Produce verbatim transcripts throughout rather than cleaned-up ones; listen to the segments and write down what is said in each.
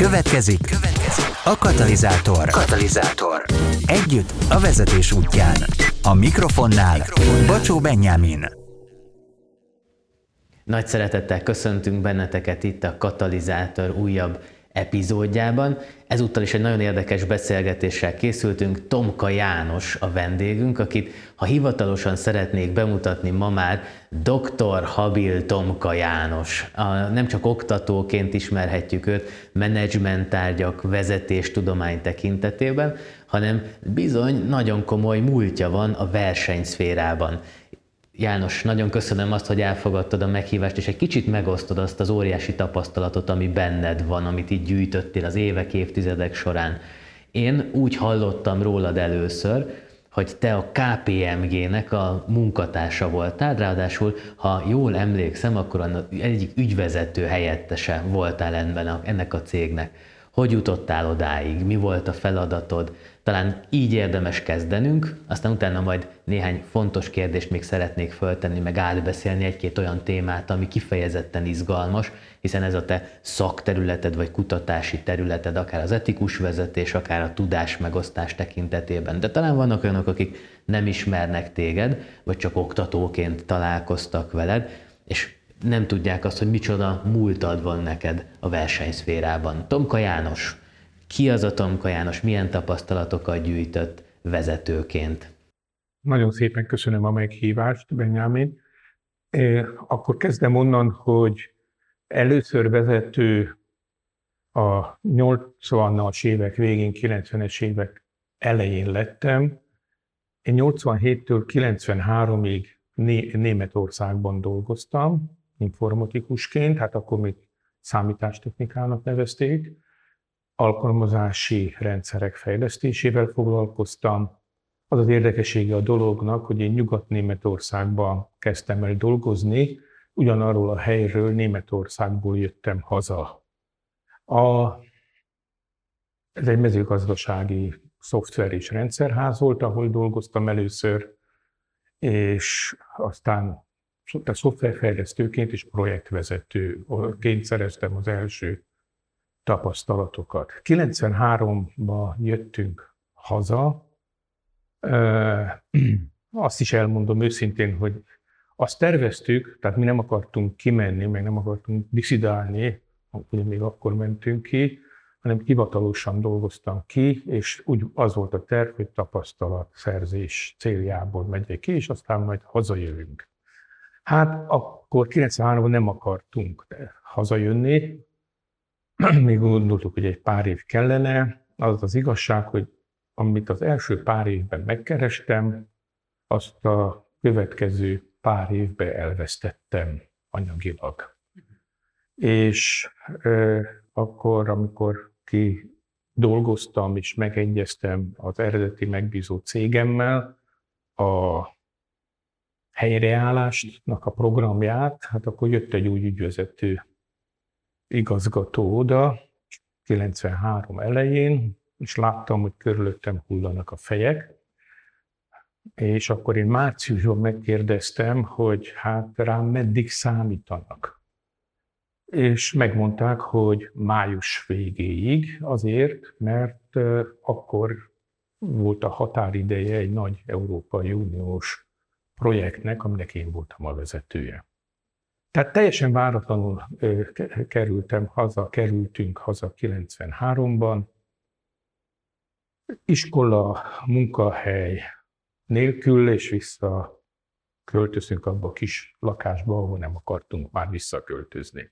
Következik, következik a Katalizátor. Katalizátor. Együtt a vezetés útján. A mikrofonnál Bacsó Benyámin. Nagy szeretettel köszöntünk benneteket itt a Katalizátor újabb epizódjában. Ezúttal is egy nagyon érdekes beszélgetéssel készültünk. Tomka János a vendégünk, akit, ha hivatalosan szeretnék bemutatni ma már, doktor Habil Tomka János. A, nem csak oktatóként ismerhetjük őt menedzsment tárgyak, vezetéstudomány tekintetében, hanem bizony nagyon komoly múltja van a versenyszférában. János, nagyon köszönöm azt, hogy elfogadtad a meghívást, és egy kicsit megosztod azt az óriási tapasztalatot, ami benned van, amit így gyűjtöttél az évek, évtizedek során. Én úgy hallottam rólad először, hogy te a ká pé em gének a munkatársa voltál, ráadásul, ha jól emlékszem, akkor egyik ügyvezető helyettese voltál ennek a cégnek. Hogy jutottál odáig? Mi volt a feladatod? Talán így érdemes kezdenünk, aztán utána majd néhány fontos kérdést még szeretnék föltenni, meg átbeszélni egy-két olyan témát, ami kifejezetten izgalmas, hiszen ez a te szakterületed vagy kutatási területed, akár az etikus vezetés, akár a tudásmegosztás tekintetében. De talán vannak olyanok, akik nem ismernek téged, vagy csak oktatóként találkoztak veled, és nem tudják azt, hogy micsoda múltad van neked a versenyszférában. Tomka János. Ki az a Tomka János? Milyen tapasztalatokat gyűjtött vezetőként? Nagyon szépen köszönöm a meghívást, Benyámin. Akkor kezdem onnan, hogy először vezető a nyolcvanas évek végén, kilencvenes évek elején lettem. Én nyolcvanhéttől kilencvenháromig Németországban dolgoztam, informatikusként, hát akkor még számítástechnikának nevezték. Alkalmazási rendszerek fejlesztésével foglalkoztam. Az az érdekessége a dolognak, hogy én Nyugat-Németországban kezdtem el dolgozni, ugyanarról a helyről, Németországból jöttem haza. A, ez egy mezőgazdasági szoftver és rendszerház volt, ahol dolgoztam először, és aztán a szoftverfejlesztőként és projektvezetőként szereztem az első tapasztalatokat. kilencvenháromban jöttünk haza. Azt is elmondom őszintén, hogy azt terveztük, tehát mi nem akartunk kimenni, meg nem akartunk diszidálni, ugye még akkor mentünk ki, hanem hivatalosan dolgoztam ki, és úgy az volt a terv, hogy tapasztalatszerzés céljából megyek ki, és aztán majd hazajövünk. Hát akkor kilencvenháromban nem akartunk hazajönni, még gondoltuk, hogy egy pár év kellene. Az az igazság, hogy amit az első pár évben megkerestem, azt a következő pár évben elvesztettem anyagilag. És e, akkor, amikor ki dolgoztam és megegyeztem az eredeti megbízó cégemmel a helyreállásnak a programját, hát akkor jött egy új ügyvezető igazgató oda, kilencvenhárom elején, és láttam, hogy körülöttem hullanak a fejek, és akkor én márciusban megkérdeztem, hogy hát rám meddig számítanak. És megmondták, hogy május végéig, azért, mert akkor volt a határideje egy nagy Európai Uniós projektnek, aminek én voltam a vezetője. Tehát teljesen váratlanul kerültem haza, kerültünk haza kilencvenháromban. Iskola, munkahely nélkül, és vissza költözünk abba a kis lakásba, ahol nem akartunk már visszaköltözni.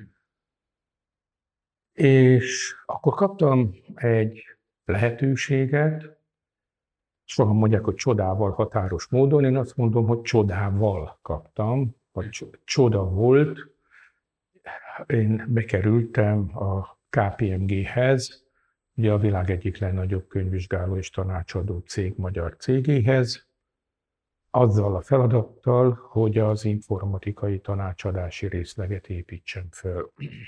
És akkor kaptam egy lehetőséget, sokan mondják, hogy csodával, határos módon, én azt mondom, hogy csodával kaptam, vagy csoda volt. Én bekerültem a ká pé em géhez, ugye a világ egyik legnagyobb könyvvizsgáló és tanácsadó cég magyar cégéhez, azzal a feladattal, hogy az informatikai tanácsadási részleget építsem föl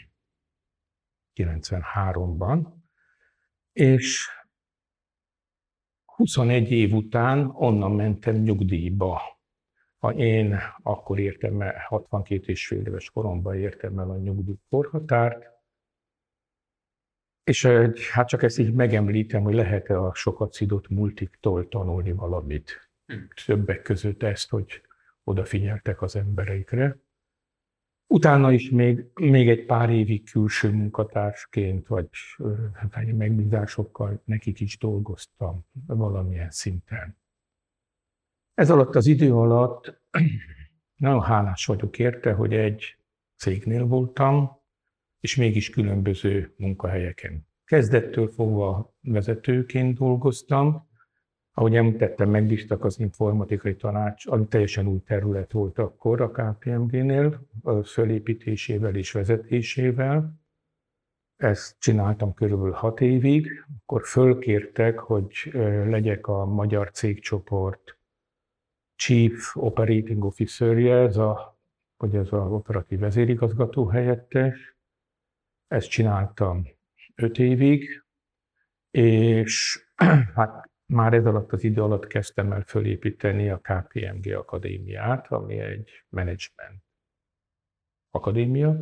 kilencvenháromban, és huszonegy év után onnan mentem nyugdíjba. Én akkor értem el, hatvankét és fél éves koromban értem el a nyugdíjkorhatárt, És hát csak ezt így megemlítem, hogy lehet-e a sokacidott multiktól tanulni valamit. Hmm. Többek között ezt, hogy odafigyeltek az embereikre. Utána is még, még egy pár évig külső munkatársként, vagy megbízásokkal nekik is dolgoztam valamilyen szinten. Ez alatt az idő alatt nagyon hálás vagyok érte, hogy egy cégnél voltam, és mégis különböző munkahelyeken. Kezdettől fogva vezetőként dolgoztam. Ahogy említettem, megbíztak az informatikai tanács, ami teljesen új terület volt akkor a ká pé em gé-nél, a fölépítésével és vezetésével. Ezt csináltam körülbelül hat évig. Akkor fölkértek, hogy legyek a magyar cégcsoport Chief Operating Officer-je, ez a, vagy ez az operatív vezérigazgató helyettes. Ezt csináltam öt évig, és hát már ez alatt az idő alatt kezdtem el fölépíteni a ká pé em gé Akadémiát, ami egy menedzsment akadémia.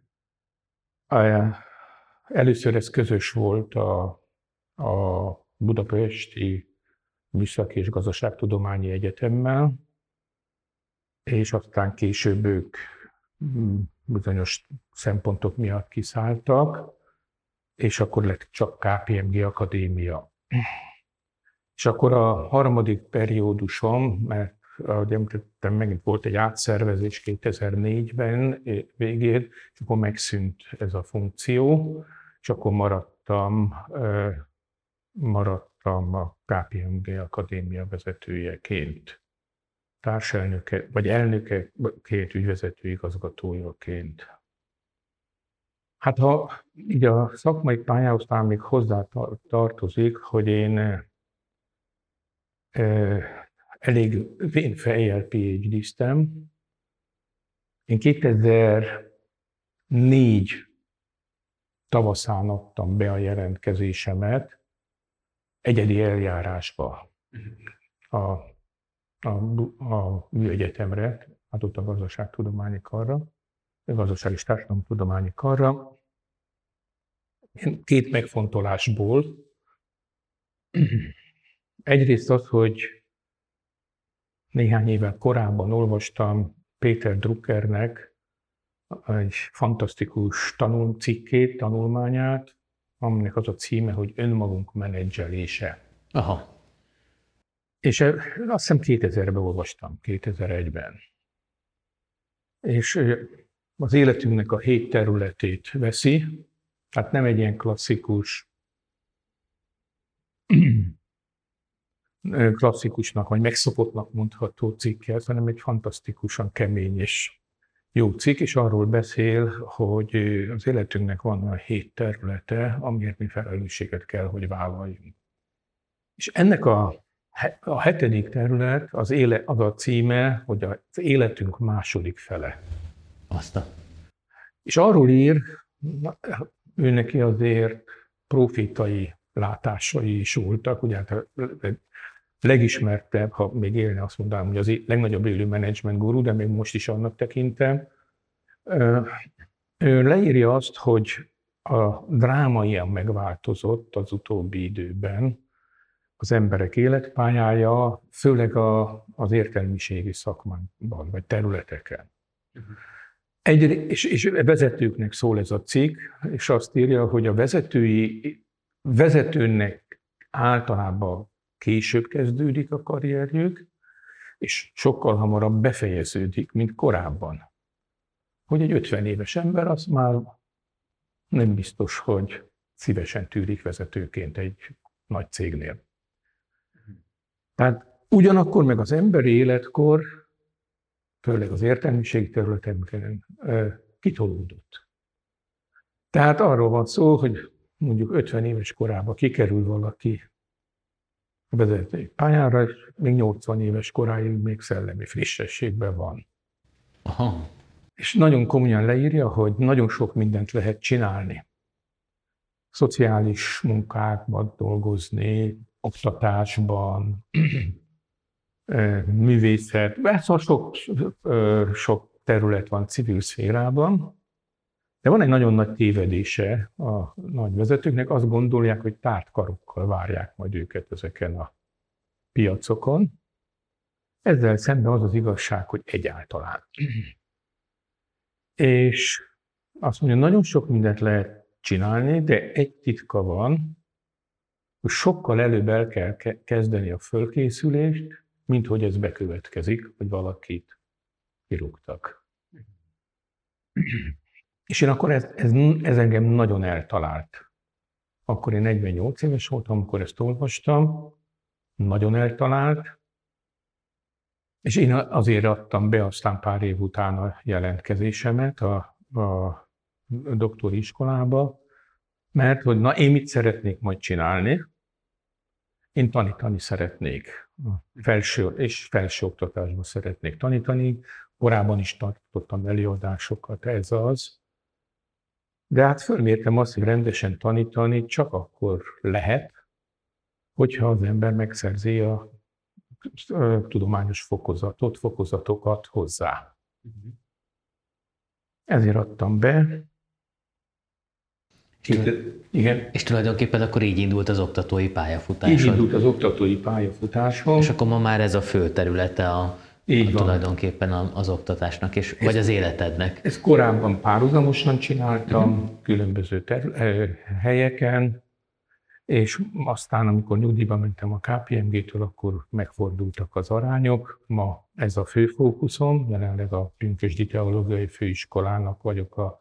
Először ez közös volt a, a Budapesti Műszaki és Gazdaságtudományi Egyetemmel, és aztán később ők bizonyos szempontok miatt kiszálltak, és akkor lett csak ká pé em gé Akadémia. És akkor a harmadik periódusom, mert ahogy említettem, megint volt egy átszervezés kétezer-négyben végén, és akkor megszűnt ez a funkció, és akkor maradtam, maradtam a ká pé em gé Akadémia vezetőjeként. Társelnöke, vagy elnökeként, ügyvezető igazgatójaként. Hát ha így a szakmai pályához talán még hozzá tartozik, hogy én e, elég vén fejjel pé há dé-ztem. Én kétezer-négy tavaszán adtam be a jelentkezésemet egyedi eljárásba a A, a műegyetemre, hát ott a gazdaságtudományi karra, a gazdaság és társadalomtudományi karra. Két megfontolásból. Egyrészt az, hogy néhány évvel korábban olvastam Péter Druckernek egy fantasztikus tanul, cikkét, tanulmányát, aminek az a címe, hogy Önmagunk menedzselése. Aha. És azt hiszem kétezerben olvastam, kétezer-egyben. És az életünknek a hét területét veszi, tehát nem egy ilyen klasszikus, klasszikusnak vagy megszokottnak mondható cikk, hanem egy fantasztikusan kemény és jó cikk, és arról beszél, hogy az életünknek van olyan hét területe, amiért mi felelősséget kell, hogy vállaljunk. És ennek a A hetedik terület, az, éle, az a címe, hogy az életünk második fele. Aztán. És arról ír, ő neki azért profétai látásai is voltak, ugye hát a legismertebb, ha még élne, azt mondanám, hogy az legnagyobb élő menedzsment guru, de még most is annak tekintem. Ő leírja azt, hogy a dráma ilyen megváltozott az utóbbi időben, az emberek életpályája, főleg a, az értelmiségi szakmában, vagy területeken. Uh-huh. Egy, és, és vezetőknek szól ez a cikk, és azt írja, hogy a vezetői, vezetőnek általában később kezdődik a karrierjük, és sokkal hamarabb befejeződik, mint korábban. Hogy egy ötven éves ember, az már nem biztos, hogy szívesen tűrik vezetőként egy nagy cégnél. Tehát ugyanakkor meg az emberi életkor, főleg az értelmiségi területeken kitolódott. Tehát arról van szó, hogy mondjuk ötven éves korában kikerül valaki a vezetői pályára, és még nyolcvan éves koráig még szellemi frissességben van. Aha. És nagyon komolyan leírja, hogy nagyon sok mindent lehet csinálni. Szociális munkákban dolgozni, oktatásban, művészet, szóval sok, sok terület van civil szférában, De van egy nagyon nagy tévedése a nagy vezetőknek, azt gondolják, hogy tárt karokkal várják majd őket ezeken a piacokon. Ezzel szemben az az igazság, hogy egyáltalán. És azt mondja, nagyon sok mindent lehet csinálni, de egy titka van, hogy sokkal előbb el kell kezdeni a fölkészülést, mint hogy ez bekövetkezik, hogy valakit kirúgtak. És én akkor ez, ez, ez engem nagyon eltalált. Akkor én negyvennyolc éves voltam, amikor ezt olvastam, nagyon eltalált, és én azért adtam be aztán pár év után a jelentkezésemet a, a doktori iskolába, mert hogy na én mit szeretnék majd csinálni? Én tanítani szeretnék, felső, és felsőoktatásban szeretnék tanítani. Korábban is tartottam előadásokat, ez az. De hát fölmértem azt, hogy rendesen tanítani csak akkor lehet, hogyha az ember megszerzi a tudományos fokozatot, fokozatokat hozzá. Ezért adtam be. Igen. És tulajdonképpen akkor így indult az oktatói pályafutásod. Így indult az oktatói pályafutásom. És akkor ma már ez a fő területe a, a tulajdonképpen az oktatásnak, és, vagy az életednek. Ezt korábban párhuzamosan csináltam, uh-huh. különböző terü- helyeken, és aztán, amikor nyugdíjba mentem a ká pé em gé-től, akkor megfordultak az arányok. Ma ez a fő fókuszom, jelenleg a Pünkösdi Teológiai Főiskolának vagyok a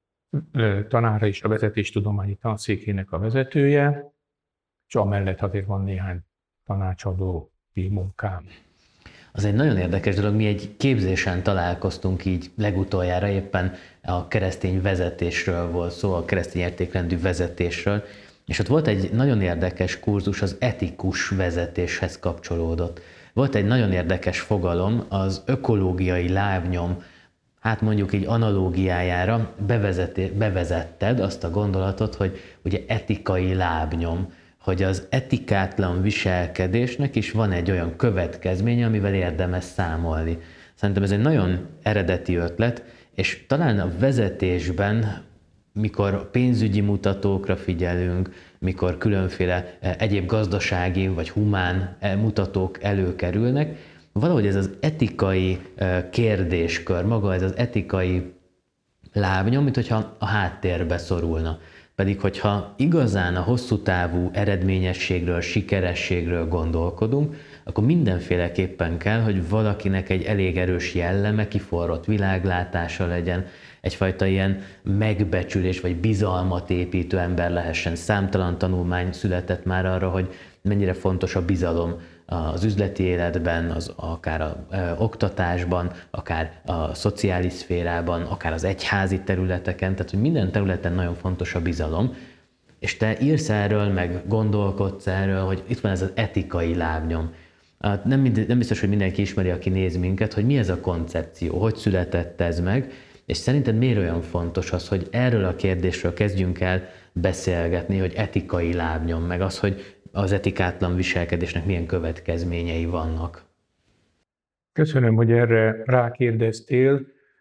tanára és a vezetéstudományi tanszékének a vezetője, és amellett azért van néhány tanácsadó munkám. Az egy nagyon érdekes dolog, mi egy képzésen találkoztunk így legutoljára, éppen a keresztény vezetésről volt szó, a keresztény értékrendű vezetésről, és ott volt egy nagyon érdekes kurzus, az etikus vezetéshez kapcsolódott. Volt egy nagyon érdekes fogalom, az ökológiai lábnyom, hát mondjuk így analógiájára bevezetted azt a gondolatot, hogy ugye etikai lábnyom, hogy az etikátlan viselkedésnek is van egy olyan következménye, amivel érdemes számolni. Szerintem ez egy nagyon eredeti ötlet, és talán a vezetésben, mikor pénzügyi mutatókra figyelünk, mikor különféle egyéb gazdasági vagy humán mutatók előkerülnek, valahogy ez az etikai kérdéskör, maga ez az etikai lábnyom, mint hogyha a háttérbe szorulna. Pedig, hogyha igazán a hosszú távú eredményességről, sikerességről gondolkodunk, akkor mindenféleképpen kell, hogy valakinek egy elég erős jelleme, kiforrott világlátása legyen, egyfajta ilyen megbecsülés vagy bizalmat építő ember lehessen. Számtalan tanulmány született már arra, hogy mennyire fontos a bizalom az üzleti életben, az, akár az e, oktatásban, akár a szociális szférában, akár az egyházi területeken, tehát hogy minden területen nagyon fontos a bizalom, és te írsz erről, meg gondolkodsz erről, hogy itt van ez az etikai lábnyom. Nem, mind, nem biztos, hogy mindenki ismeri, aki néz minket, hogy mi ez a koncepció, hogy született ez meg, és szerinted miért olyan fontos az, hogy erről a kérdésről kezdjünk el beszélgetni, hogy etikai lábnyom, meg az, hogy az etikátlan viselkedésnek milyen következményei vannak? Köszönöm, hogy erre rákérdeztél.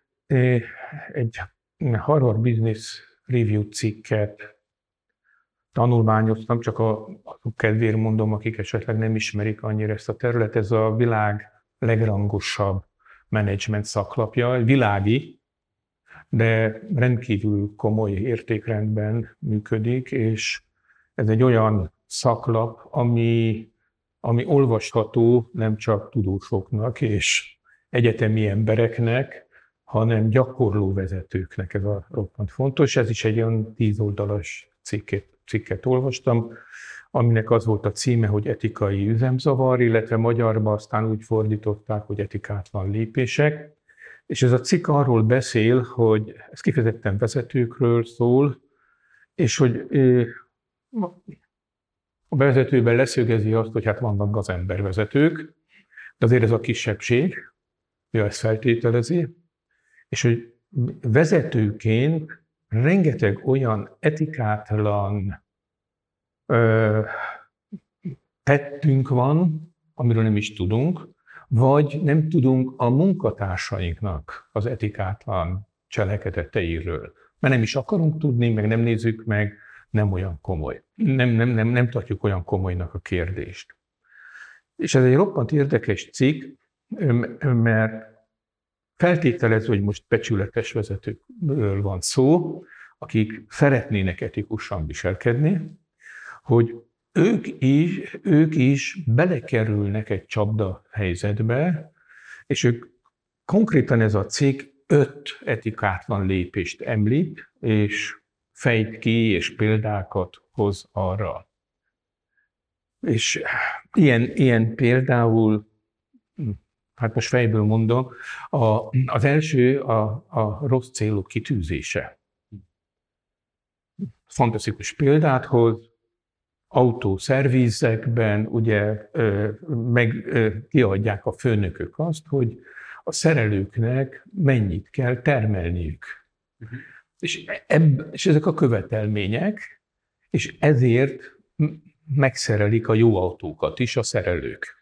Egy Harvard Business Review cikket tanulmányoztam, csak a, a kedvéért mondom, akik esetleg nem ismerik annyira ezt a területet. Ez a világ legrangosabb menedzsment szaklapja, világi, de rendkívül komoly értékrendben működik, és ez egy olyan szaklap, ami, ami olvasható nem csak tudósoknak és egyetemi embereknek, hanem gyakorló vezetőknek. Ez a roppant fontos. Ez is egy olyan tíz oldalas cikket, cikket olvastam, aminek az volt a címe, hogy etikai üzemzavar, illetve magyarban aztán úgy fordították, hogy etikátlan lépések. És ez a cikk arról beszél, hogy ez kifejezetten vezetőkről szól, és hogy a vezetőben leszögezi azt, hogy hát vannak gazembervezetők, de azért ez a kisebbség, ő ezt feltételezi, és hogy vezetőként rengeteg olyan etikátlan ö, tettünk van, amiről nem is tudunk, vagy nem tudunk a munkatársainknak az etikátlan cselekedeteiről. Mert nem is akarunk tudni, meg nem nézzük meg, nem olyan komoly. Nem, nem, nem, nem tartjuk olyan komolynak a kérdést. És ez egy roppant érdekes cikk, mert feltételező, hogy most becsületes vezetőkről van szó, akik szeretnének etikusan viselkedni, hogy ők is, ők is belekerülnek egy csapda helyzetbe, és ők konkrétan ez a cikk öt etikátlan lépést említ, és fejt ki, és példákat hoz arra. És ilyen, ilyen például, hát most fejből mondom, a, az első a, a rossz célok kitűzése. Fantasztikus példát hoz, autószervizekben ugye meg kiadják a főnökök azt, hogy a szerelőknek mennyit kell termelniük. Uh-huh. És, ebb, és ezek a követelmények, és ezért megszerelik a jó autókat is a szerelők.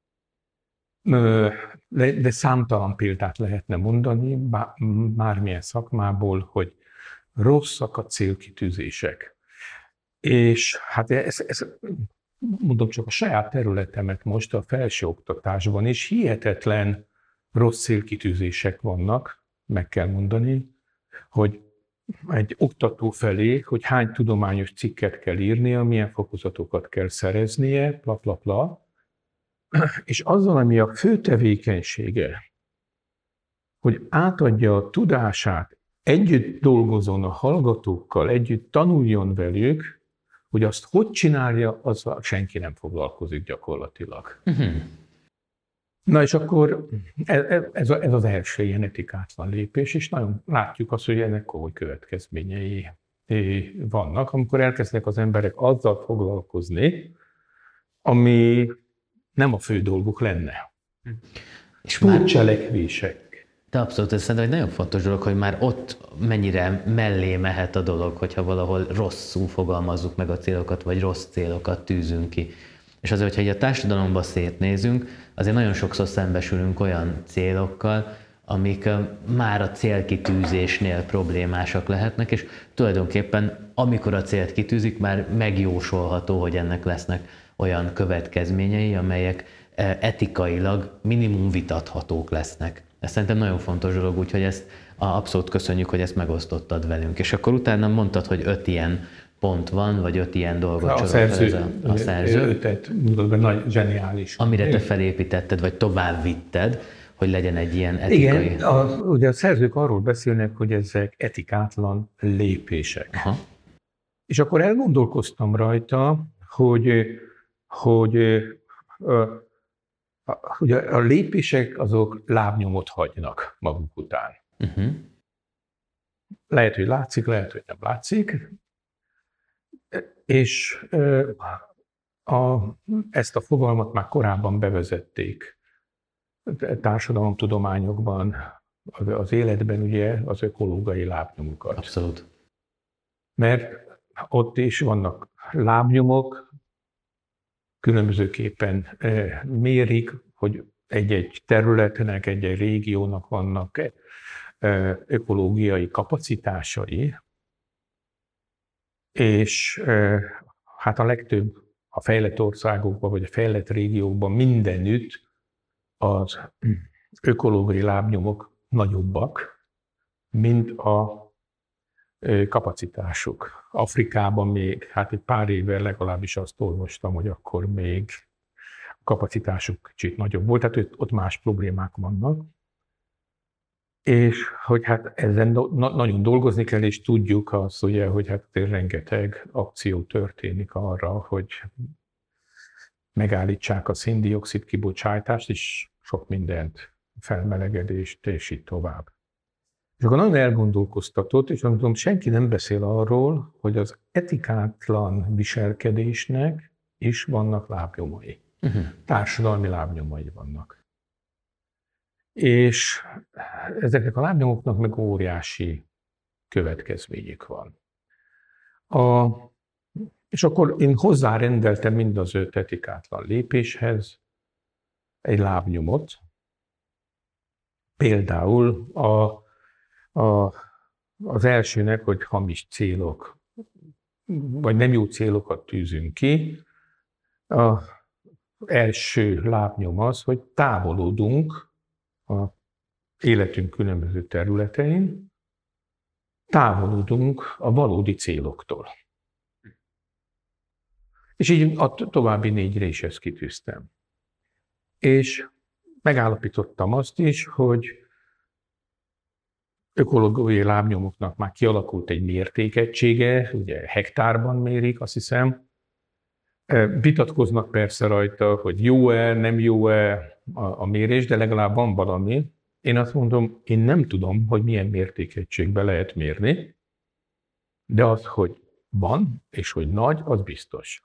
De, de számtalan példát lehetne mondani bármilyen szakmából, hogy rosszak a célkitűzések. És hát ez, ez, mondom csak a saját területemet most a felsőoktatásban is hihetetlen rossz célkitűzések vannak, meg kell mondani, hogy egy oktató felé, hogy hány tudományos cikket kell írnia, milyen fokozatokat kell szereznie, bla, bla, bla. És azzal, ami a fő tevékenysége, hogy átadja a tudását, együtt dolgozzon a hallgatókkal, együtt tanuljon velük, hogy azt hogy csinálja, azzal senki nem foglalkozik gyakorlatilag. Uh-huh. Na és akkor ez, ez, ez az első ilyen etikátlan lépés, és nagyon látjuk azt, hogy ennek komoly következményei vannak, amikor elkezdenek az emberek azzal foglalkozni, ami nem a fő dolguk lenne. És túlcselekvések. De abszolút, ez szerintem egy nagyon fontos dolog, hogy már ott mennyire mellé mehet a dolog, hogyha valahol rosszul fogalmazzuk meg a célokat, vagy rossz célokat tűzünk ki. És azért, hogyha a társadalomba szétnézünk, azért nagyon sokszor szembesülünk olyan célokkal, amik már a célkitűzésnél problémásak lehetnek, és tulajdonképpen amikor a célt kitűzik, már megjósolható, hogy ennek lesznek olyan következményei, amelyek etikailag minimum vitathatók lesznek. Ez szerintem nagyon fontos dolog, úgyhogy ezt abszolút köszönjük, hogy ezt megosztottad velünk. És akkor utána mondtad, hogy öt ilyen pont van, vagy öt ilyen dolgot a szerző, ez a, a szerző. Ötet mondod be, nagy, zseniális. Amire te felépítetted, vagy tovább vitted, hogy legyen egy ilyen etikai... Igen, a, ugye a szerzők arról beszélnek, hogy ezek etikátlan lépések. Aha. És akkor elgondolkoztam rajta, hogy, hogy ugye a lépések azok lábnyomot hagynak maguk után. Uh-huh. Lehet, hogy látszik, lehet, hogy nem látszik. És a, ezt a fogalmat már korábban bevezették társadalomtudományokban, az életben ugye az ökológiai lábnyomokat. Abszolút. Mert ott is vannak lábnyomok, különbözőképpen mérik, hogy egy-egy területnek, egy-egy régiónak vannak ökológiai kapacitásai, és hát a legtöbb a fejlett országokban, vagy a fejlett régiókban mindenütt az ökológiai lábnyomok nagyobbak, mint a kapacitásuk. Afrikában még, hát egy pár évvel legalábbis azt olvastam, hogy akkor még a kapacitásuk kicsit nagyobb volt, tehát ott más problémák vannak. És hogy hát ezen na- nagyon dolgozni kell, és tudjuk azt, ugye, hogy hát rengeteg akció történik arra, hogy megállítsák a szén-dioxid kibocsátást, és sok mindent, felmelegedést, és így tovább. És akkor nagyon elgondolkoztatott, és mondom, senki nem beszél arról, hogy az etikátlan viselkedésnek is vannak lábnyomai. Uh-huh. Társadalmi lábnyomai vannak. És ezeknek a lábnyomoknak meg óriási következményük van. A, és akkor én hozzárendeltem mind az öt etikátlan lépéshez egy lábnyomot. Például a, a, az elsőnek, hogy hamis célok, vagy nem jó célokat tűzünk ki. Az első lábnyom az, hogy távolodunk a életünk különböző területein, távolodunk a valódi céloktól. És így a további négyre is ezt kitűztem. És megállapítottam azt is, hogy ökológiai lábnyomoknak már kialakult egy mértékegysége, ugye hektárban mérik, azt hiszem. Vitatkoznak persze rajta, hogy jó-e, nem jó-e a, a mérés, de legalább van valami. Én azt mondom, én nem tudom, hogy milyen mértékegységben lehet mérni, de az, hogy van, és hogy nagy, az biztos.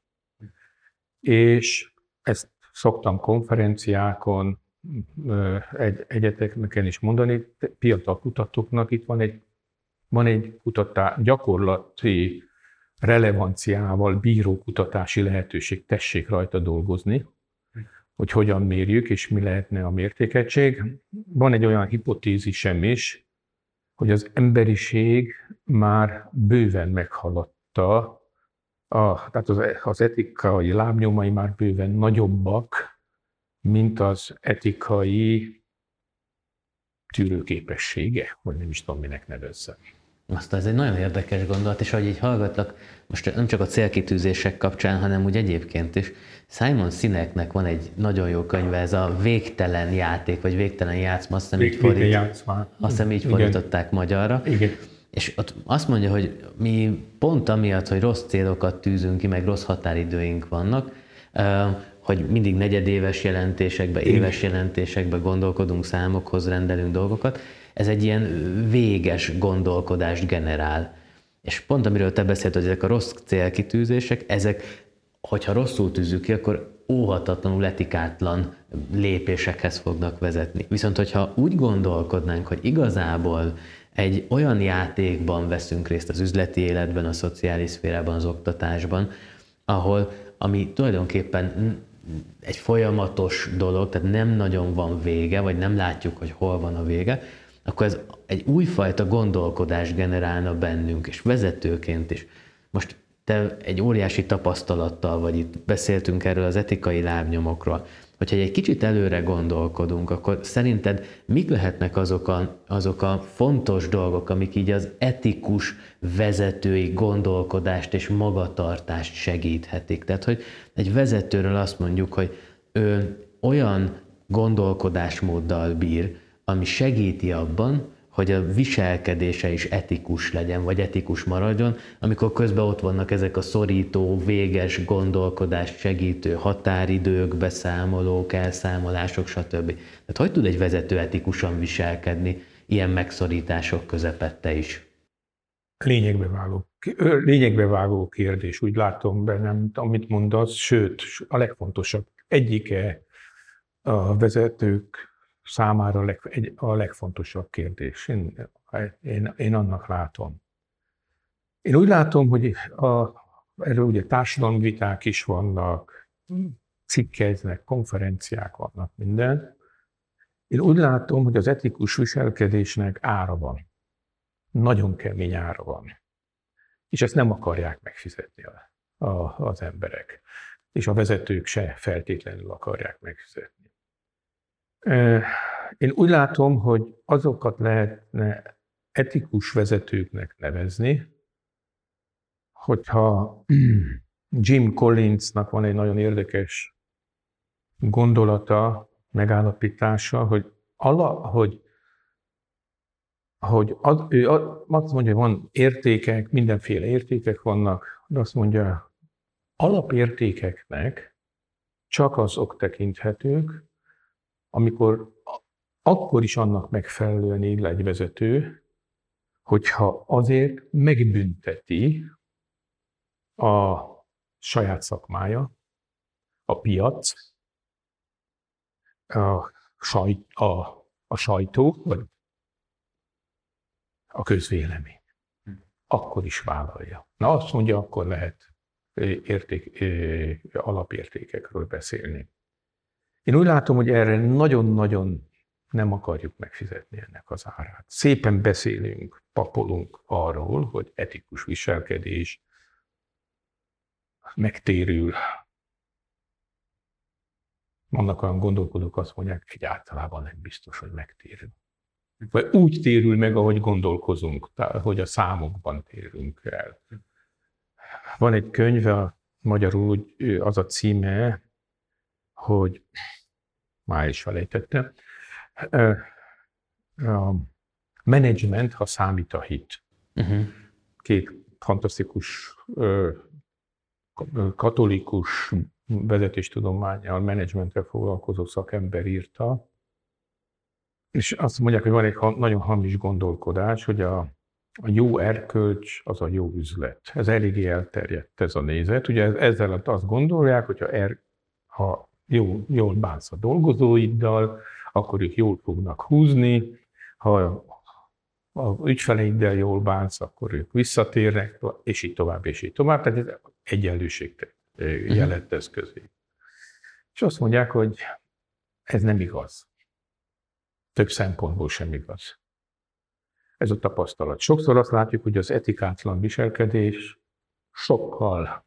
És ezt szoktam konferenciákon, egy, egyetemeken is mondani, fiatal kutatóknak itt van egy, van egy kutatás, gyakorlati relevanciával bíró kutatási lehetőség, tessék rajta dolgozni, hogy hogyan mérjük, és mi lehetne a mértékegység. Van egy olyan hipotézisem is, hogy az emberiség már bőven meghaladta, a, tehát az, az etikai lábnyomai már bőven nagyobbak, mint az etikai tűrőképessége, vagy nem is tudom, minek nevezzem. Aztán ez egy nagyon érdekes gondolat, és ahogy így hallgatlak, most nem csak a célkitűzések kapcsán, hanem úgy egyébként is. Simon Sineknek van egy nagyon jó könyve, ez a Végtelen játék, vagy Végtelen játszma, azt hiszem így, fordít, azt hiszem így fordították magyarra. Igen. És ott azt mondja, hogy mi pont amiatt, hogy rossz célokat tűzünk ki, meg rossz határidőink vannak, hogy mindig negyedéves jelentésekbe, éves jelentésekbe gondolkodunk, számokhoz rendelünk dolgokat, ez egy ilyen véges gondolkodást generál. És pont amiről te beszélt, hogy ezek a rossz célkitűzések, ezek, hogyha rosszul tűzzük ki, akkor óhatatlanul etikátlan lépésekhez fognak vezetni. Viszont hogyha úgy gondolkodnánk, hogy igazából egy olyan játékban veszünk részt az üzleti életben, a szociális szférában, az oktatásban, ahol, ami tulajdonképpen egy folyamatos dolog, tehát nem nagyon van vége, vagy nem látjuk, hogy hol van a vége, akkor ez egy újfajta gondolkodást generálna bennünk, és vezetőként is. Most te egy óriási tapasztalattal vagy, itt beszéltünk erről az etikai lábnyomokról, hogyha egy kicsit előre gondolkodunk, akkor szerinted mik lehetnek azok a, azok a fontos dolgok, amik így az etikus vezetői gondolkodást és magatartást segíthetik? Tehát, hogy egy vezetőről azt mondjuk, hogy ő olyan gondolkodásmóddal bír, ami segíti abban, hogy a viselkedése is etikus legyen, vagy etikus maradjon, amikor közben ott vannak ezek a szorító, véges gondolkodást segítő határidők, beszámolók, elszámolások, stb. Tehát hogy tud egy vezető etikusan viselkedni ilyen megszorítások közepette is? Lényegbe vágó, lényegbe vágó kérdés, úgy látom bennem, amit mondasz, sőt, a legfontosabb egyike a vezetők számára a legfontosabb kérdés. Én, én, én annak látom. Én úgy látom, hogy a, erről ugye társadalmi viták is vannak, cikkeznek, konferenciák vannak, minden. Én úgy látom, hogy az etikus viselkedésnek ára van. Nagyon kemény ára van. És ezt nem akarják megfizetni a, a, az emberek. És a vezetők se feltétlenül akarják megfizetni. Én úgy látom, hogy azokat lehetne etikus vezetőknek nevezni, hogyha Jim Collinsnak van egy nagyon érdekes gondolata, megállapítása, hogy, ala, hogy, hogy az, ő azt mondja, hogy van értékek, mindenféle értékek vannak, de azt mondja, alapértékeknek csak azok tekinthetők, amikor akkor is annak megfelelően él egy vezető, hogyha azért megbünteti a saját szakmája, a piac, a, sajt, a, a sajtó, vagy a közvélemény. Akkor is vállalja. Na azt mondja, akkor lehet érték, alapértékekről beszélni. Én úgy látom, hogy erre nagyon-nagyon nem akarjuk megfizetni ennek az árát. Szépen beszélünk, papolunk arról, hogy etikus viselkedés megtérül. Vannak olyan gondolkodók, azt mondják, hogy általában nem biztos, hogy megtérül. Vagy úgy térül meg, ahogy gondolkozunk, tehát, hogy a számokban térünk el. Van egy könyv, a magyarul az a címe, hogy már is felejtettem, a menedzsment, ha számít a hit. Uh-huh. Két fantasztikus katolikus vezetéstudománnyal, menedzsmentre foglalkozó szakember írta, és azt mondják, hogy van egy nagyon hamis gondolkodás, hogy a, a jó erkölcs az a jó üzlet. Ez eléggé elterjedt, ez a nézet. Ugye ezzel azt gondolják, hogy ha, er, ha jó, jól bánsz a dolgozóiddal, akkor ők jól fognak húzni, ha az ügyfeleiddel jól bánsz, akkor ők visszatérnek, és így tovább, és így tovább. Tehát ez egyenlőség jelent ez közé. És azt mondják, hogy ez nem igaz. Több szempontból sem igaz. Ez a tapasztalat. Sokszor azt látjuk, hogy az etikátlan viselkedés sokkal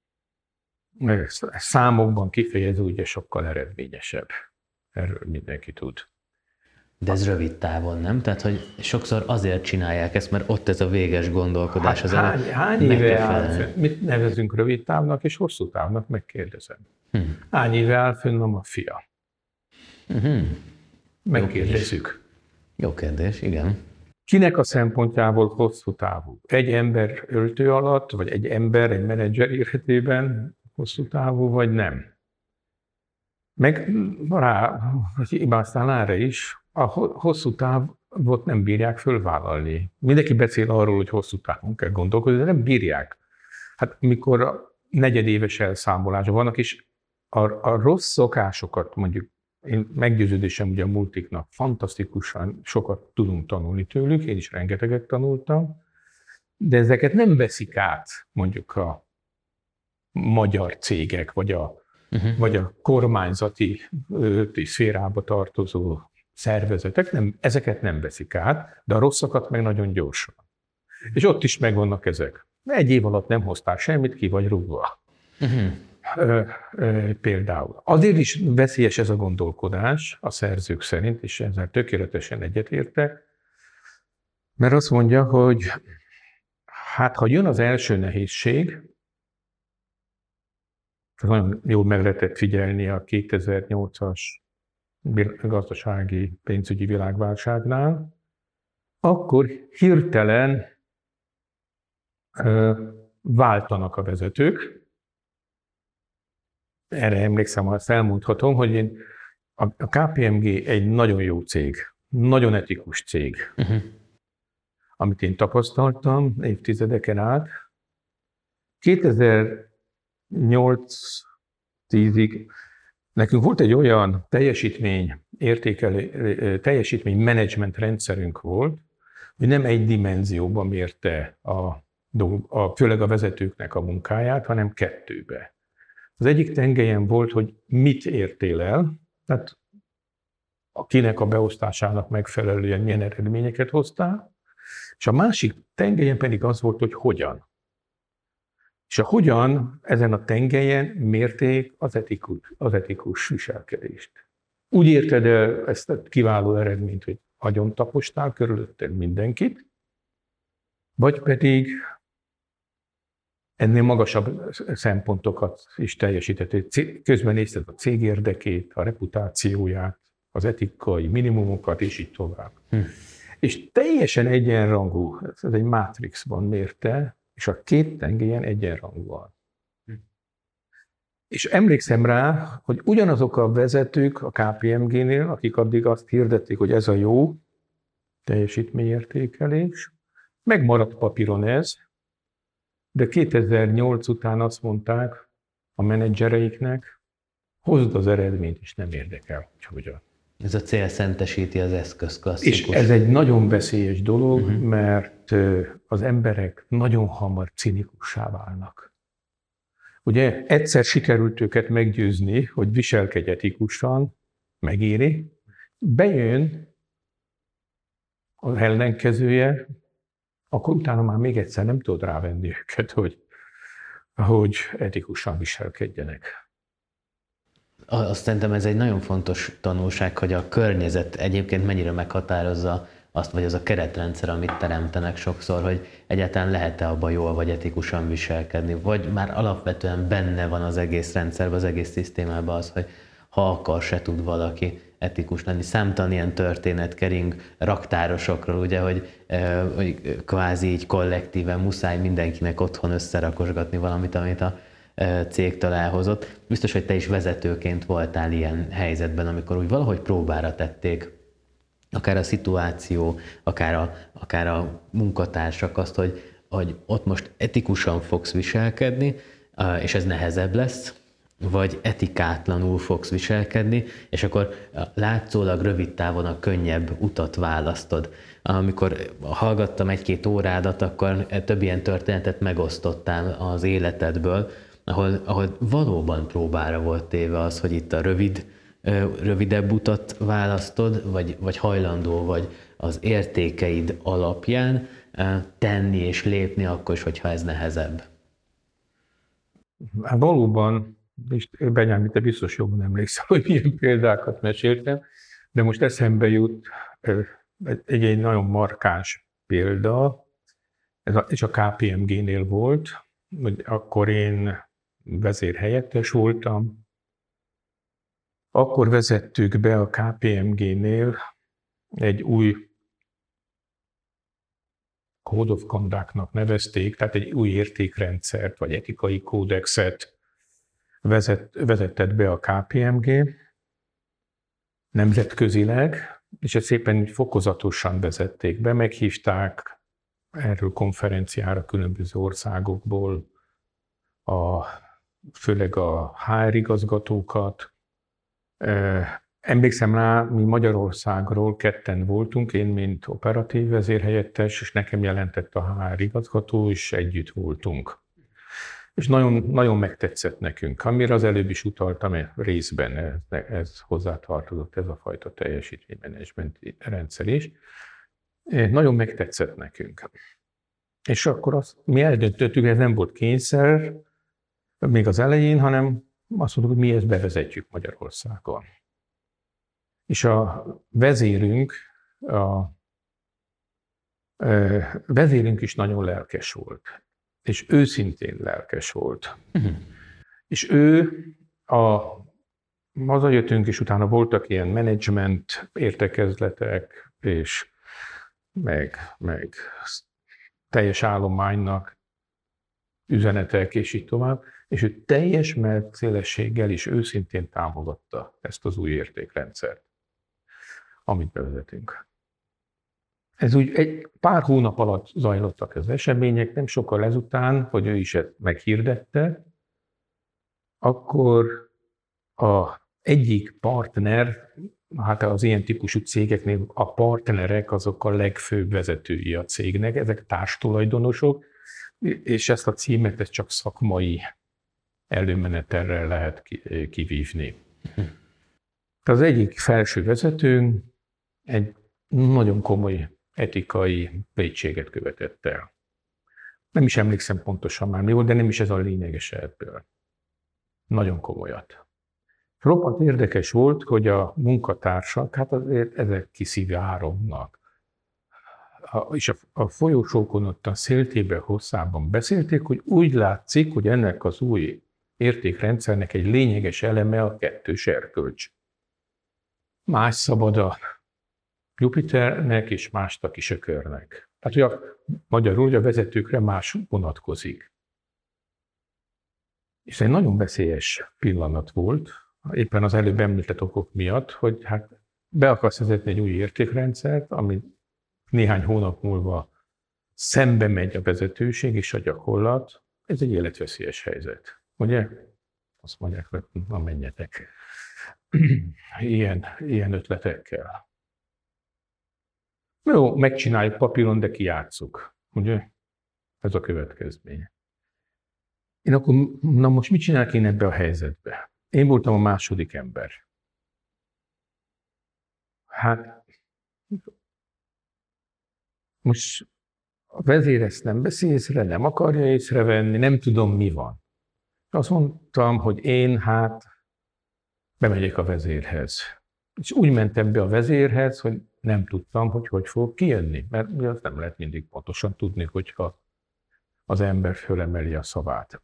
számokban kifejező, ugye sokkal eredményesebb. Erről mindenki tud. De ez rövid távon, nem? Tehát, hogy sokszor azért csinálják ezt, mert ott ez a véges gondolkodás. Hát, az hány, hány éve áll fönn? Mit nevezünk rövid távnak és hosszú távnak? Megkérdezem. Hmm. Hány éve áll fönn a maffia? Hmm. Megkérdezzük. Jó kérdés, igen. Kinek a szempontjából hosszú távú? Egy ember öltő alatt, vagy egy ember, egy menedzser életében hosszú távú, vagy nem? Meg rá, aztán erre is, a hosszú távot nem bírják fölvállalni. Mindenki beszél arról, hogy hosszú távon kell gondolkodni, de nem bírják. Hát mikor a negyedéves elszámolásban vannak, és a, a rossz szokásokat, mondjuk én meggyőződésem, ugye a multiknak fantasztikusan sokat tudunk tanulni tőlük, én is rengeteget tanultam, de ezeket nem veszik át mondjuk a magyar cégek, vagy a Uh-huh. vagy a kormányzati ö, szférába tartozó szervezetek, nem, ezeket nem veszik át, de a rosszakat meg nagyon gyorsan. És ott is megvannak ezek. Egy év alatt nem hoztál semmit, ki vagy rúgva. Uh-huh. Ö, ö, például. Azért is veszélyes ez a gondolkodás a szerzők szerint, és ezzel tökéletesen egyetértek, mert azt mondja, hogy hát ha jön az első nehézség, nagyon jól meg lehetett figyelni a kétezer-nyolcas gazdasági pénzügyi világválságnál, akkor hirtelen ö, váltanak a vezetők. Erre emlékszem, azt elmondhatom, hogy én, a, a ká pé em gé egy nagyon jó cég, nagyon etikus cég, uh-huh. amit én tapasztaltam évtizedeken át. kétezer-nyolc-tízig nekünk volt egy olyan teljesítmény értékelő, teljesítmény menedzsment rendszerünk volt, hogy nem egy dimenzióban mérte a, a, főleg a vezetőknek a munkáját, hanem kettőbe. Az egyik tengelyen volt, hogy mit értél el, tehát kinek a beosztásának megfelelően milyen eredményeket hoztál, és a másik tengelyen pedig az volt, hogy hogyan. És a hogyan ezen a tengelyen mérték az etikus, az etikus viselkedést. Úgy érted el ezt a kiváló eredményt, hogy agyon tapostál körülötted mindenkit, vagy pedig ennél magasabb szempontokat is teljesítettél. Közben nézted a cég érdekét, a reputációját, az etikai minimumokat, és így tovább. Hm. És teljesen egyenrangú, ez egy mátrixban mérte, és a két tengelyen egyenrangúan. Hm. És emlékszem rá, hogy ugyanazok a vezetők a ká pé em génél, akik addig azt hirdették, hogy ez a jó teljesítményértékelés, megmaradt papíron ez, de kétezer-nyolc után azt mondták a menedzsereiknek, hozd az eredményt, és nem érdekel, hogy hogyan. Ez a cél szentesíti az eszköz, klasszikus. És ez egy nagyon veszélyes dolog, uh-huh. mert az emberek nagyon hamar cinikussá válnak. Ugye egyszer sikerült őket meggyőzni, hogy viselkedj etikusan, megéri, bejön az ellenkezője, akkor utána már még egyszer nem tudod rávenni őket, hogy, hogy etikusan viselkedjenek. Azt szerintem ez egy nagyon fontos tanulság, hogy a környezet egyébként mennyire meghatározza azt, vagy az a keretrendszer, amit teremtenek sokszor, hogy egyáltalán lehet-e abban jól vagy etikusan viselkedni, vagy már alapvetően benne van az egész rendszerben, az egész szisztémában az, hogy ha akar, se tud valaki etikus lenni. Számtalan ilyen történet kering raktárosokról, ugye, hogy, eh, hogy kvázi így kollektíven muszáj mindenkinek otthon összerakosgatni valamit, amit a eh, cégtől elhozott. Biztos, hogy te is vezetőként voltál ilyen helyzetben, amikor úgy valahogy próbára tették akár a szituáció, akár a, akár a munkatársak azt, hogy, hogy ott most etikusan fogsz viselkedni, és ez nehezebb lesz, vagy etikátlanul fogsz viselkedni, és akkor látszólag rövid távon a könnyebb utat választod. Amikor hallgattam egy-két órádat, akkor több ilyen történetet megosztottál az életedből, ahol, ahol valóban próbára volt téve az, hogy itt a rövid, rövidebb utat választod, vagy, vagy hajlandó vagy az értékeid alapján tenni és lépni akkor is, hogyha ez nehezebb. Hát valóban, és Benyámi, te biztos jobban emlékszel, hogy milyen példákat meséltem, de most eszembe jut egy, egy nagyon markáns példa, ez a, és a ká pé em gé-nél volt, hogy akkor én vezérhelyettes voltam. Akkor vezettük be a ká pé em gé-nél egy új Code of Conduct-nak nevezték, tehát egy új értékrendszert, vagy etikai kódexet vezet, vezetett be a ká pé em gé nemzetközileg, és ezt szépen fokozatosan vezették be, meghívták erről konferenciára különböző országokból, a, főleg a há er igazgatókat. Emlékszem rá, mi Magyarországról ketten voltunk, én mint operatív vezérhelyettes, és nekem jelentett a há er igazgató, és együtt voltunk. És nagyon, nagyon megtetszett nekünk, amire az előbb is utaltam részben, ez, ez hozzátartozott, ez a fajta teljesítménymenedzsment rendszer is. Nagyon megtetszett nekünk. És akkor azt, mi eldöntöttük, ez nem volt kényszer még az elején, hanem azt mondtuk, hogy mi ezt bevezetjük Magyarországon. És a vezérünk, a vezérünk is nagyon lelkes volt, és őszintén lelkes volt. Uh-huh. És ő, a, hazajöttünk, és utána voltak ilyen menedzsment értekezletek, és meg, meg teljes állománynak üzenetek, és így tovább, és ő teljes melszélességgel is őszintén támogatta ezt az új értékrendszert, amit bevezetünk. Ez úgy egy pár hónap alatt zajlottak az események, nem sokkal ezután, hogy ő is ezt meghirdette, akkor a egyik partner, hát az ilyen típusú cégeknél a partnerek azok a legfőbb vezetői a cégnek, ezek társtulajdonosok, és ezt a címet ezt csak szakmai előmenetelre lehet kivívni. Az egyik felső vezetőnk egy nagyon komoly etikai vétséget követett el. Nem is emlékszem pontosan már mi volt, de nem is ez a lényeges ebből. Nagyon komolyat. Roppant érdekes volt, hogy a munkatársak, hát azért ezek kiszivárognak. És a, a folyosókon ott a széltében hosszában beszélték, hogy úgy látszik, hogy ennek az új értékrendszernek egy lényeges eleme a kettős erkölcs. Más szabad a Jupiternek, és mást a kisökörnek. Tehát, hogy a, magyarul, hogy a vezetőkre más vonatkozik. És egy nagyon veszélyes pillanat volt, éppen az előbb említett okok miatt, hogy hát be akarsz vezetni egy új értékrendszert, ami néhány hónap múlva szembe megy a vezetőség és a gyakorlat. Ez egy életveszélyes helyzet. Ugye? Azt mondják, hogy na menjetek. Ilyen, ilyen ötletekkel. Jó, megcsináljuk papíron, de kijátsszuk. Ugye? Ez a következmény. Én akkor, na most mit csinálok én ebbe a helyzetbe? Én voltam a második ember. hát most a vezér ezt nem veszi észre, nem akarja észrevenni, nem tudom, mi van. Azt mondtam, hogy én hát bemegyek a vezérhez. És úgy mentem be a vezérhez, hogy nem tudtam, hogy hogy fog kijönni, mert ugye azt nem lehet mindig pontosan tudni, hogyha az ember fölemeli a szavát.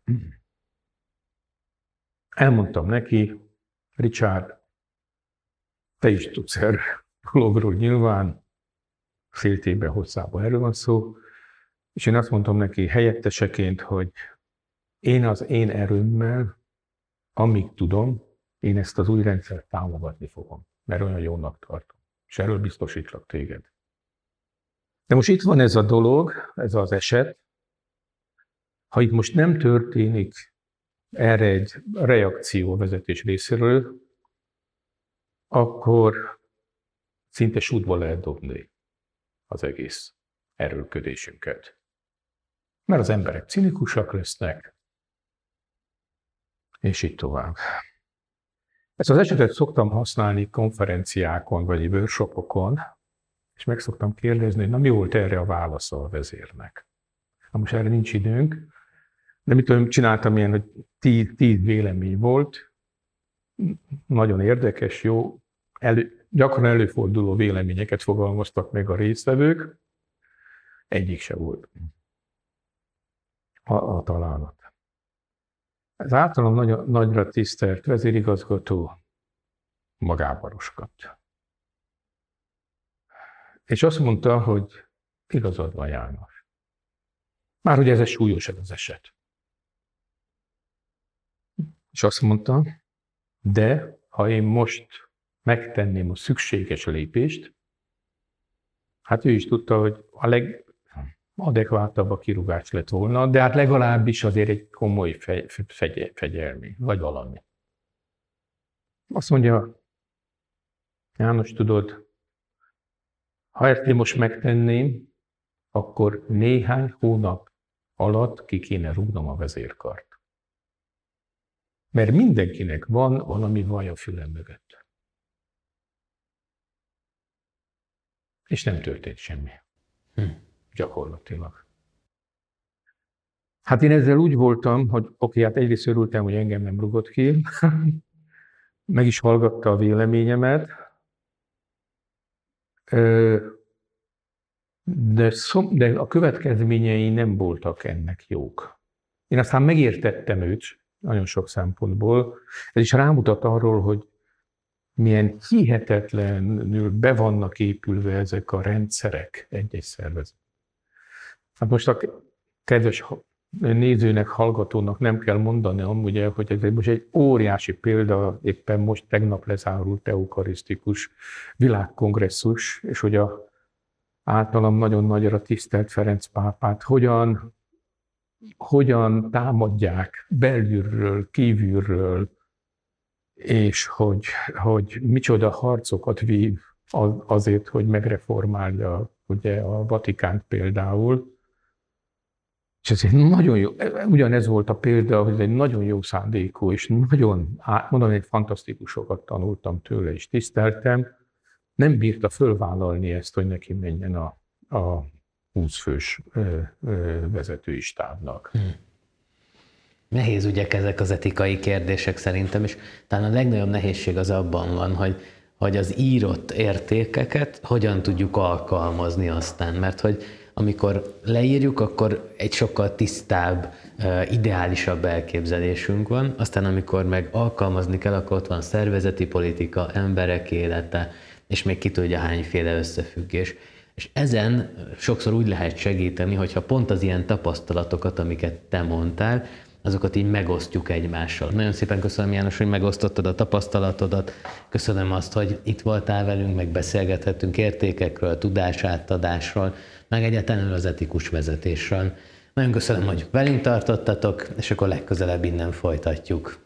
Elmondtam neki, Richard, te is tudsz erről dologról nyilván, féltében hosszában erről van szó, és én azt mondtam neki helyetteseként, hogy én az én erőmmel, amíg tudom, én ezt az új rendszert támogatni fogom, mert olyan jónak tartom, és erről biztosítlak téged. De most itt van ez a dolog, ez az eset, ha itt most nem történik erre egy reakció a vezetés részéről, akkor szinte sútba lehet dobni az egész erőlködésünket. Mert az emberek cinikusak lesznek, és így tovább. Ezt az esetet szoktam használni konferenciákon, vagy workshopokon, és meg szoktam kérdezni, hogy na mi volt erre a válasza a vezérnek. Na most erre nincs időnk, de mit tudom, csináltam ilyen, hogy tíz, tíz vélemény volt, nagyon érdekes, jó, elő, gyakran előforduló véleményeket fogalmaztak meg a résztvevők, egyik se volt a, a találat. Az általam nagy, nagyra tisztelt vezérigazgató magába roskadt. És azt mondta, hogy igazad van, János. Már hogy ez egy súlyos ez az eset. És azt mondta, de ha én most megtenném a szükséges lépést, hát ő is tudta, hogy a legadekvátabb a kirúgás lett volna, de hát legalábbis azért egy komoly fegy, fegy, fegyelmi, vagy valami. Azt mondja, János, tudod, ha ezt én most megtenném, akkor néhány hónap alatt ki kéne rúgnom a vezérkart. Mert mindenkinek van valami vaj a fülem mögött. És nem történt semmi. Hm. Gyakorlatilag. Hát én ezzel úgy voltam, hogy oké, hát egyrészt örültem, hogy engem nem rúgott ki, meg is hallgatta a véleményemet, de, szom, de a következményei nem voltak ennek jók. Én aztán megértettem őt, nagyon sok szempontból. Ez is rámutat arról, hogy milyen hihetetlenül be vannak épülve ezek a rendszerek egy-egy szervezetben. Hát most a kedves nézőnek, hallgatónak nem kell mondani amúgy el, hogy ez most egy óriási példa, éppen most tegnap lezárult eukarisztikus világkongresszus, és hogy a általam nagyon nagyra tisztelt Ferenc pápát hogyan hogyan támadják belülről, kívülről, és hogy, hogy micsoda harcokat vív azért, hogy megreformálja ugye, a Vatikánt például. És ez egy nagyon jó, ugyanez volt a példa, hogy ez egy nagyon jó szándékú, és nagyon, mondom, egy fantasztikusokat tanultam tőle, és tiszteltem. Nem bírta fölvállalni ezt, hogy neki menjen a, a húsz fős ö, ö, vezetői stábnak. Hmm. Nehéz ügyek ezek az etikai kérdések szerintem, és talán a legnagyobb nehézség az abban van, hogy, hogy az írott értékeket hogyan tudjuk alkalmazni aztán, mert hogy amikor leírjuk, akkor egy sokkal tisztább, ideálisabb elképzelésünk van, aztán amikor meg alkalmazni kell, akkor ott van szervezeti politika, emberek élete, és még ki tudja hányféle összefüggés. És ezen sokszor úgy lehet segíteni, hogyha pont az ilyen tapasztalatokat, amiket te mondtál, azokat így megosztjuk egymással. Nagyon szépen köszönöm, János, hogy megosztottad a tapasztalatodat. Köszönöm azt, hogy itt voltál velünk, meg beszélgethettünk értékekről, tudásátadásról, meg egyáltalán az etikus vezetésről. Nagyon köszönöm, hogy velünk tartottatok, és akkor legközelebb innen folytatjuk.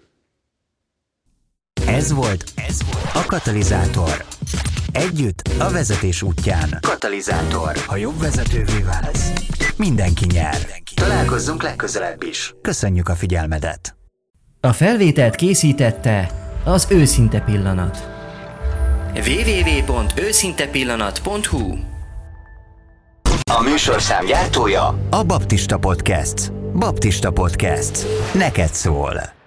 Ez volt, ez volt a Katalizátor. Együtt a vezetés útján. Katalizátor. Ha jobb vezetővé válsz, mindenki nyer. Találkozzunk legközelebb is. Köszönjük a figyelmedet. A felvételt készítette az Őszinte Pillanat. double-u double-u double-u pont őszintepillanat pont hu. A műsorszám gyártója a Baptista Podcast. Baptista Podcast. Neked szól.